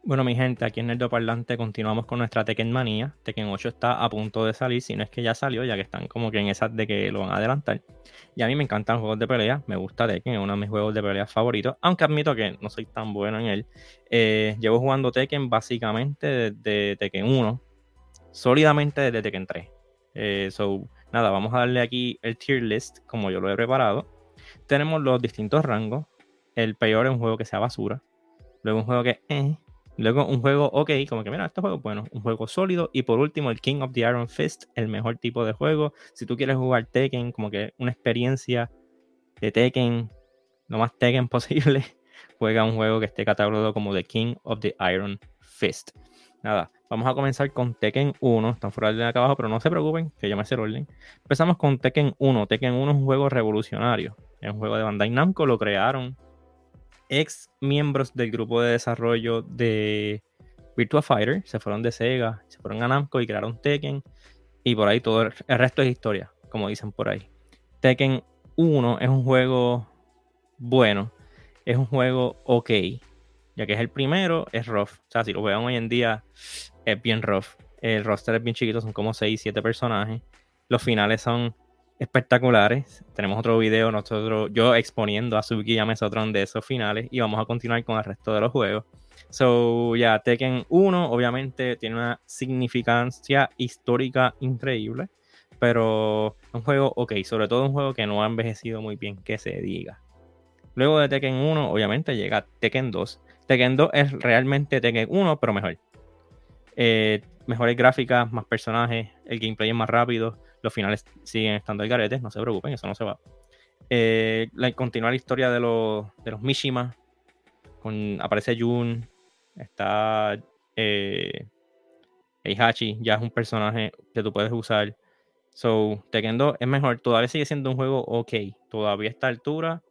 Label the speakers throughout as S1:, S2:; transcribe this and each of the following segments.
S1: Bueno, mi gente, aquí en Nerdoparlante continuamos con nuestra Tekken manía. Tekken 8 está a punto de salir, si no es que ya salió, ya que están como que en esas de que lo van a adelantar. Y a mí me encantan los juegos de pelea, me gusta Tekken, es uno de mis juegos de pelea favoritos, aunque admito que no soy tan bueno en él. Llevo jugando Tekken básicamente desde Tekken 1, sólidamente desde Tekken 3. Nada, vamos a darle aquí el tier list como yo lo he preparado. Tenemos los distintos rangos. El peor es un juego que sea basura. Luego un juego que luego un juego ok, como que mira, este juego es bueno, un juego sólido. Y por último, el King of the Iron Fist, el mejor tipo de juego. Si tú quieres jugar Tekken, como que una experiencia de Tekken, lo más Tekken posible, juega un juego que esté catalogado como The King of the Iron Fist. Nada, vamos a comenzar con Tekken 1. Están fuera de acá abajo, pero no se preocupen, que yo me sé el orden. Empezamos con Tekken 1. Tekken 1 es un juego revolucionario. Es un juego de Bandai Namco, lo crearon ex miembros del grupo de desarrollo de Virtua Fighter, se fueron de Sega, se fueron a Namco y crearon Tekken, y por ahí todo el resto es historia, como dicen por ahí. Tekken 1 es un juego bueno, es un juego ok, ya que es el primero, es rough, o sea, si lo juegan hoy en día es bien rough, el roster es bien chiquito, son como 6, 7 personajes, los finales son espectaculares. Tenemos otro video, yo exponiendo a Suzuki Yamazotron de esos finales, y vamos a continuar con el resto de los juegos. Tekken 1 obviamente tiene una significancia histórica increíble, pero un juego ok, sobre todo un juego que no ha envejecido muy bien, que se diga. Luego de Tekken 1 obviamente llega Tekken 2. Tekken 2 es realmente Tekken 1 pero mejor. Mejores gráficas, más personajes, el gameplay es más rápido, los finales siguen estando al garete, no se preocupen, eso no se va. Continuar la historia de los Mishima, aparece Jun, está Heihachi, ya es un personaje que tú puedes usar. Tekken 2 es mejor, todavía sigue siendo un juego ok, todavía a esta altura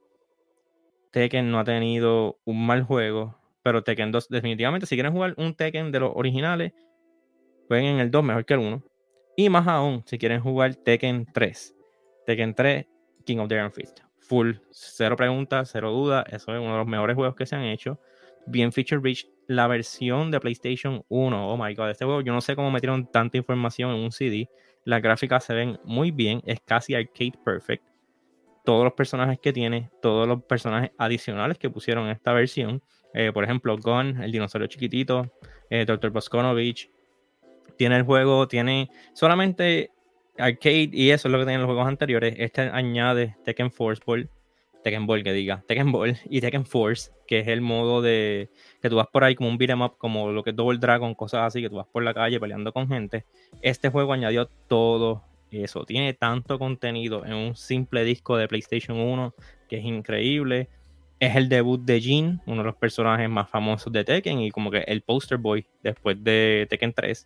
S1: Tekken no ha tenido un mal juego, pero Tekken 2 definitivamente, si quieren jugar un Tekken de los originales, jueguen en el 2 mejor que el 1. Y más aún, si quieren jugar Tekken 3. Tekken 3, King of the Iron Fist. Full, cero preguntas, cero dudas. Eso es uno de los mejores juegos que se han hecho. Bien feature rich. La versión de PlayStation 1, oh my god, este juego yo no sé cómo metieron tanta información en un CD. Las gráficas se ven muy bien, es casi arcade perfect. Todos los personajes que tiene, todos los personajes adicionales que pusieron en esta versión. Por ejemplo, Gon, el dinosaurio chiquitito, Dr. Bosconovich. Tiene el juego, tiene solamente arcade, y eso es lo que tenían los juegos anteriores. Este añade Tekken Force Ball, Tekken Ball que diga, Tekken Ball y Tekken Force, que es el modo de que tú vas por ahí como un beat'em up, como lo que es Double Dragon, cosas así, que tú vas por la calle peleando con gente. Este juego añadió todo eso. Tiene tanto contenido en un simple disco de PlayStation 1 que es increíble. Es el debut de Jin, uno de los personajes más famosos de Tekken y como que el poster boy después de Tekken 3.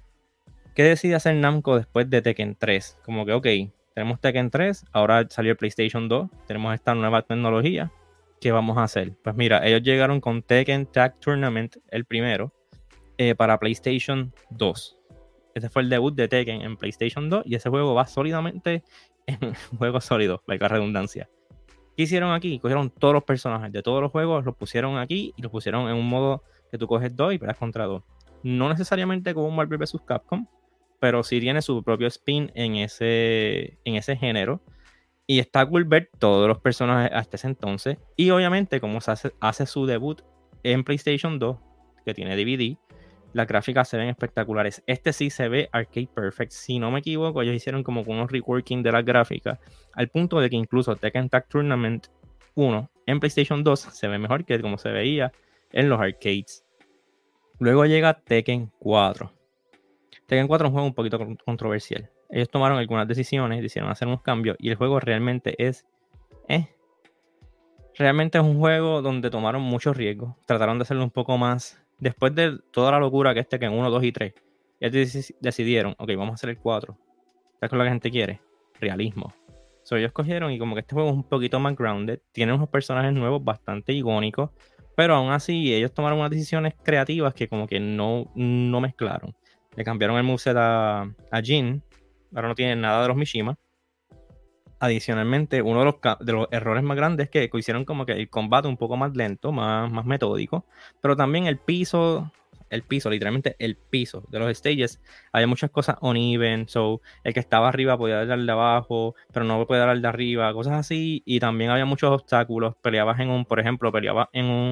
S1: ¿Qué decide hacer Namco después de Tekken 3? Como que, ok, tenemos Tekken 3, ahora salió el PlayStation 2, tenemos esta nueva tecnología, ¿qué vamos a hacer? Pues mira, ellos llegaron con Tekken Tag Tournament, el primero, para PlayStation 2. Este fue el debut de Tekken en PlayStation 2 y ese juego va sólidamente en un juego sólido, la redundancia. ¿Qué hicieron aquí? Cogieron todos los personajes de todos los juegos, los pusieron aquí y los pusieron en un modo que tú coges 2 y peleas contra 2. No necesariamente como un Marvel vs. Capcom, pero sí tiene su propio spin en ese género. Y está cool ver todos los personajes hasta ese entonces. Y obviamente, como se hace su debut en PlayStation 2, que tiene DVD, las gráficas se ven espectaculares. Este sí se ve arcade perfect. Si no me equivoco, ellos hicieron como unos reworking de las gráficas, al punto de que incluso Tekken Tag Tournament 1 en PlayStation 2 se ve mejor que como se veía en los arcades. Luego llega Tekken 4. Tekken 4 es un juego un poquito controversial. Ellos tomaron algunas decisiones, decidieron hacer unos cambios y el juego realmente es... Realmente es un juego donde tomaron muchos riesgos. Trataron de hacerlo un poco más... Después de toda la locura que es Tekken 1, 2 y 3, ya decidieron, ok, vamos a hacer el 4. ¿Sabes qué es lo que la gente quiere? Realismo. Ellos cogieron y como que este juego es un poquito más grounded. Tiene unos personajes nuevos bastante icónicos. Pero aún así ellos tomaron unas decisiones creativas que como que no mezclaron. Le cambiaron el moveset a Jin. Ahora no tiene nada de los Mishima. Adicionalmente, uno de los errores más grandes es que hicieron como que el combate un poco más lento, más metódico. Pero también el piso el piso, literalmente el piso de los stages, había muchas cosas uneven, so el que estaba arriba podía darle al de abajo, pero no podía dar al de arriba, cosas así, y también había muchos obstáculos, por ejemplo, peleabas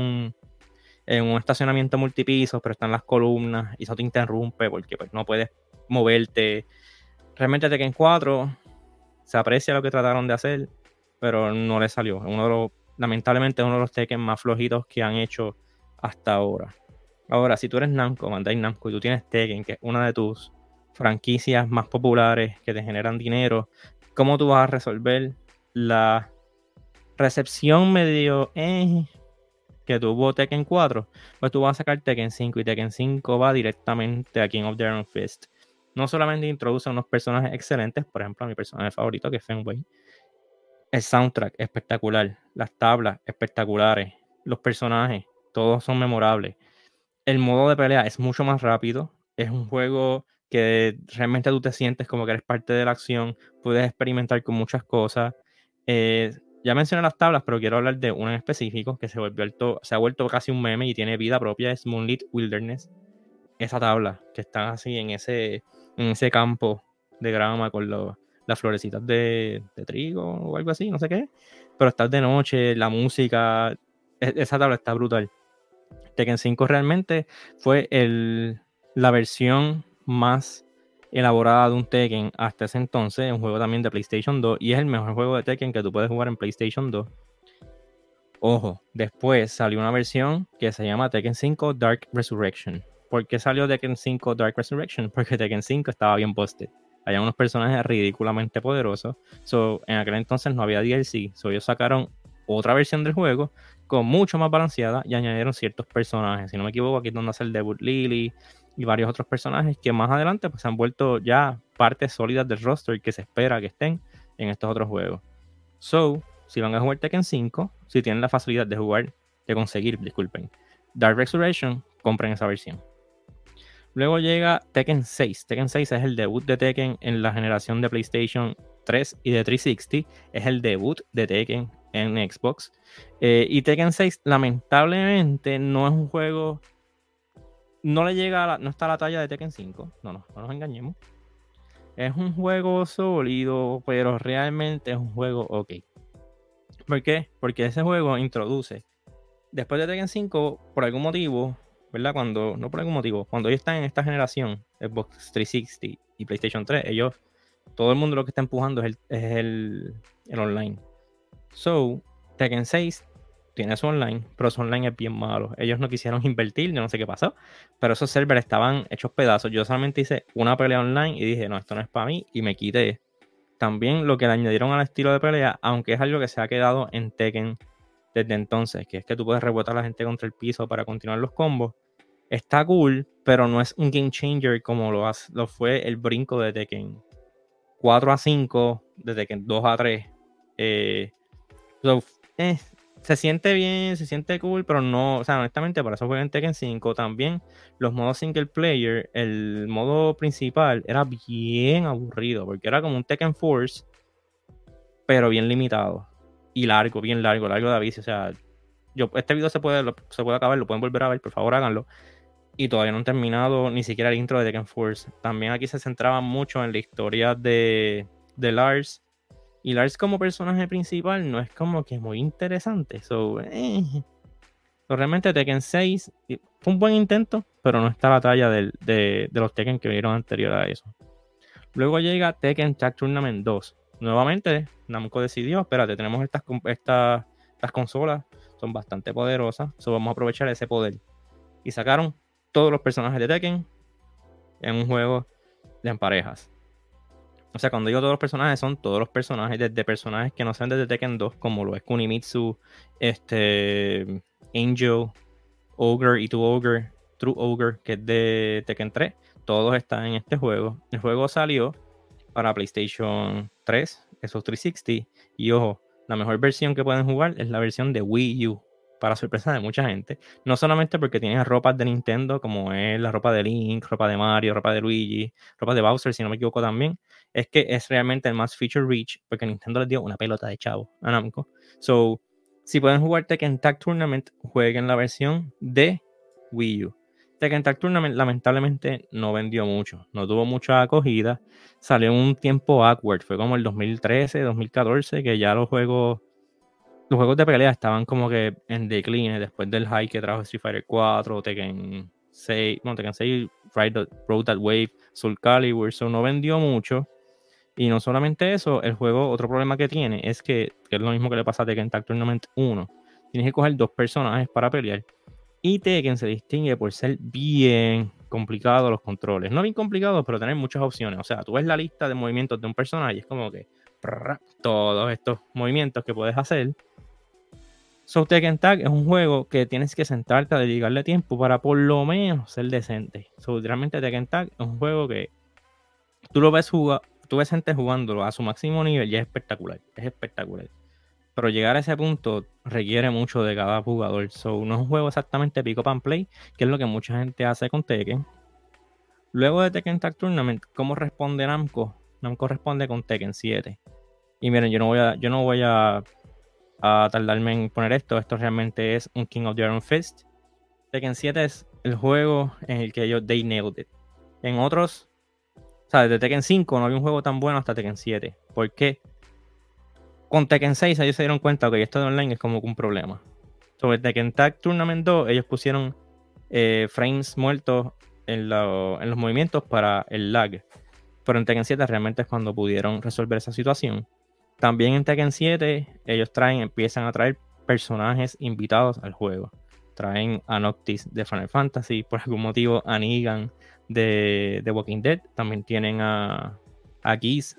S1: en un estacionamiento multipisos, pero están las columnas, y eso te interrumpe porque pues, no puedes moverte. Realmente Tekken 4 se aprecia lo que trataron de hacer, pero no le salió. Lamentablemente es uno de los Tekken más flojitos que han hecho hasta ahora. Ahora, si tú eres Namco, Bandai Namco, y tú tienes Tekken, que es una de tus franquicias más populares que te generan dinero, ¿cómo tú vas a resolver la recepción medio que tuvo Tekken 4? Pues tú vas a sacar Tekken 5 y Tekken 5 va directamente a King of the Iron Fist. No solamente introduce unos personajes excelentes, por ejemplo, a mi personaje favorito, que es Fenway. El soundtrack espectacular, las tablas espectaculares, los personajes, todos son memorables. El modo de pelea es mucho más rápido, es un juego que realmente tú te sientes como que eres parte de la acción, puedes experimentar con muchas cosas. Ya mencioné las tablas, pero quiero hablar de una en específico que se ha vuelto casi un meme y tiene vida propia, es Moonlit Wilderness. Esa tabla que está así en ese campo de grama con las florecitas de trigo o algo así, no sé qué. Pero estás de noche, la música, esa tabla está brutal. Tekken 5 realmente fue la versión más elaborada de un Tekken hasta ese entonces, un juego también de PlayStation 2, y es el mejor juego de Tekken que tú puedes jugar en PlayStation 2. Ojo, después salió una versión que se llama Tekken 5 Dark Resurrection. ¿Por qué salió Tekken 5 Dark Resurrection? Porque Tekken 5 estaba bien busted. Había unos personajes ridículamente poderosos. En aquel entonces no había DLC. Ellos sacaron otra versión del juego con mucho más balanceada y añadieron ciertos personajes. Si no me equivoco, aquí es donde hace el debut Lily y varios otros personajes que más adelante pues, se han vuelto ya partes sólidas del roster que se espera que estén en estos otros juegos. Si van a jugar Tekken 5, si tienen la facilidad de conseguir Dark Resurrection, compren esa versión. Luego llega Tekken 6. Tekken 6 es el debut de Tekken en la generación de PlayStation 3 y de 360. Es el debut de Tekken en Xbox. Y Tekken 6, lamentablemente, no es un juego. No le llega no está a la talla de Tekken 5. No nos engañemos. Es un juego sólido, pero realmente es un juego ok. ¿Por qué? Porque ese juego introduce, después de Tekken 5, por algún motivo, ¿verdad? No por algún motivo, cuando ellos están en esta generación, Xbox 360 y PlayStation 3, todo el mundo lo que está empujando es el online. Tekken 6 tiene su online, pero su online es bien malo. Ellos no quisieron invertir, yo no sé qué pasó, pero esos servers estaban hechos pedazos. Yo solamente hice una pelea online y dije, no, esto no es para mí, y me quité. También lo que le añadieron al estilo de pelea, aunque es algo que se ha quedado en Tekken desde entonces, que es que tú puedes rebotar a la gente contra el piso para continuar los combos, está cool, pero no es un game changer como lo fue el brinco de Tekken 4 a 5, de Tekken 2 a 3. Se siente bien, se siente cool, pero no, o sea, honestamente, para eso jugué en Tekken 5 también. Los modos single player, el modo principal era bien aburrido, porque era como un Tekken Force, pero bien limitado y largo, bien largo de aviso. O sea, este video se puede acabar, lo pueden volver a ver, por favor háganlo. Y todavía no han terminado ni siquiera el intro de Tekken Force. También aquí se centraba mucho en la historia de Lars. Y Lars como personaje principal no es como que muy interesante. Realmente Tekken 6 fue un buen intento, pero no está a la talla de los Tekken que vieron anterior a eso. Luego llega Tekken Tag Tournament 2. Nuevamente, Namco decidió, espérate, tenemos estas consolas, son bastante poderosas, vamos a aprovechar ese poder. Y sacaron todos los personajes de Tekken en un juego en parejas. O sea, cuando digo todos los personajes, son todos los personajes, desde personajes que no sean desde Tekken 2, como lo es Kunimitsu, Angel, Ogre y True Ogre, que es de Tekken 3. Todos están en este juego. El juego salió para PlayStation 3, Xbox 360. Y ojo, la mejor versión que pueden jugar es la versión de Wii U, para sorpresa de mucha gente. No solamente porque tiene ropas de Nintendo, como es la ropa de Link, ropa de Mario, ropa de Luigi, ropa de Bowser, si no me equivoco también. Es que es realmente el más feature rich, porque Nintendo les dio una pelota de chavo a Namco. Si pueden jugar Tekken Tag Tournament, jueguen la versión de Wii U. Tekken Tag Tournament lamentablemente no vendió mucho, no tuvo mucha acogida, salió en un tiempo awkward, fue como el 2013, 2014, que ya los juegos de pelea estaban como que en decline después del hype que trajo Street Fighter 4, Tekken 6, Tekken 6, Rode That Wave, Soul Calibur, so no vendió mucho. Y no solamente eso, el juego, otro problema que tiene es que es lo mismo que le pasa a Tekken Tag Tournament 1. Tienes que coger 2 personajes para pelear. Y Tekken se distingue por ser bien complicado los controles. No bien complicados, pero tener muchas opciones. O sea, tú ves la lista de movimientos de un personaje y es como que todos estos movimientos que puedes hacer. So Tekken Tag es un juego que tienes que sentarte a dedicarle tiempo para por lo menos ser decente. So realmente Tekken Tag es un juego que tú lo ves jugar, tú ves gente jugándolo a su máximo nivel y es espectacular. Es espectacular. Pero llegar a ese punto requiere mucho de cada jugador. So, no es un juego exactamente pick up and play, que es lo que mucha gente hace con Tekken. Luego de Tekken Tag Tournament, ¿cómo responde Namco? Namco responde con Tekken 7. Y miren, yo no voy a tardarme en poner esto. Esto realmente es un King of the Iron Fist. Tekken 7 es el juego en el que ellos they nailed it. En otros, o sea, desde Tekken 5 no había un juego tan bueno hasta Tekken 7. ¿Por qué? Con Tekken 6 ellos se dieron cuenta que esto de online es como un problema. Sobre Tekken Tag Tournament 2 ellos pusieron frames muertos en los movimientos para el lag. Pero en Tekken 7 realmente es cuando pudieron resolver esa situación. También en Tekken 7 ellos empiezan a traer personajes invitados al juego. Traen a Noctis de Final Fantasy, por algún motivo a Negan de Walking Dead. También tienen a Geese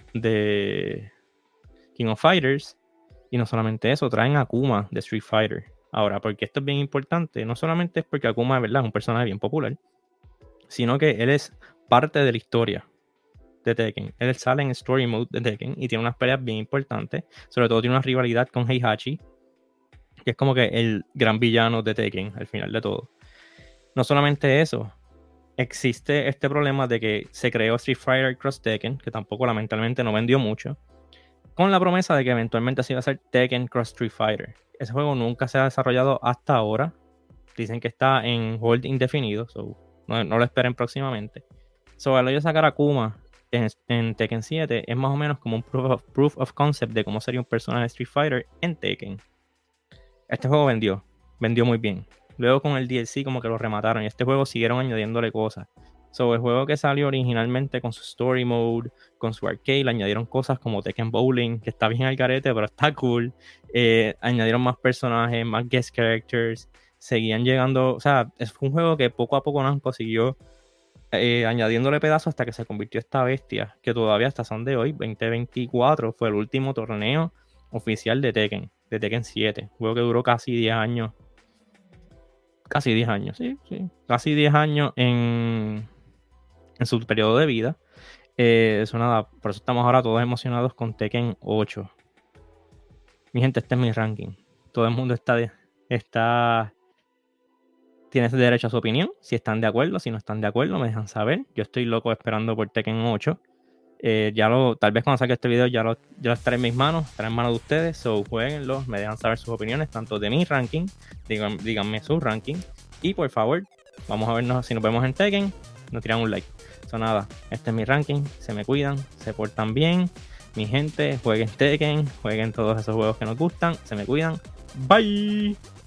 S1: de King of Fighters. Y no solamente eso, traen a Akuma de Street Fighter. Ahora, porque esto es bien importante, no solamente es porque Akuma es verdad, un personaje bien popular, sino que él es parte de la historia de Tekken. Él sale en Story Mode de Tekken y tiene unas peleas bien importantes. Sobre todo tiene una rivalidad con Heihachi, que es como que el gran villano de Tekken al final de todo. No solamente eso, existe este problema de que se creó Street Fighter Cross Tekken, que tampoco lamentablemente no vendió mucho, con la promesa de que eventualmente se iba a hacer Tekken Cross Street Fighter. Ese juego nunca se ha desarrollado hasta ahora. Dicen que está en hold indefinido, so no lo esperen próximamente. So, al ello sacar a Akuma en Tekken 7 es más o menos como un proof of concept de cómo sería un personaje de Street Fighter en Tekken. Este juego vendió muy bien. Luego con el DLC como que lo remataron y este juego siguieron añadiéndole cosas. So, el juego que salió originalmente con su story mode, con su arcade, le añadieron cosas como Tekken Bowling, que está bien al garete, pero está cool. Añadieron más personajes, más guest characters. Seguían llegando, o sea, es un juego que poco a poco Namco siguió añadiéndole pedazos hasta que se convirtió esta bestia, que todavía hasta son de hoy, 2024, fue el último torneo oficial de Tekken 7. Juego que duró casi 10 años. Casi 10 años, sí. Casi 10 años en su periodo de vida. Eso nada, por eso estamos ahora todos emocionados con Tekken 8. Mi gente, este es mi ranking. Todo el mundo tiene ese derecho a su opinión. Si están de acuerdo, si no están de acuerdo, me dejan saber. Yo estoy loco esperando por Tekken 8. Tal vez cuando saque este video ya lo estaré en mis manos, estará en manos de ustedes. So jueguenlo, me dejan saber sus opiniones, tanto de mi ranking, díganme su ranking. Y por favor, vamos a vernos, si nos vemos en Tekken, nos tiran un like. So nada, este es mi ranking, se me cuidan, se portan bien. Mi gente, jueguen Tekken, jueguen todos esos juegos que nos gustan, se me cuidan. Bye.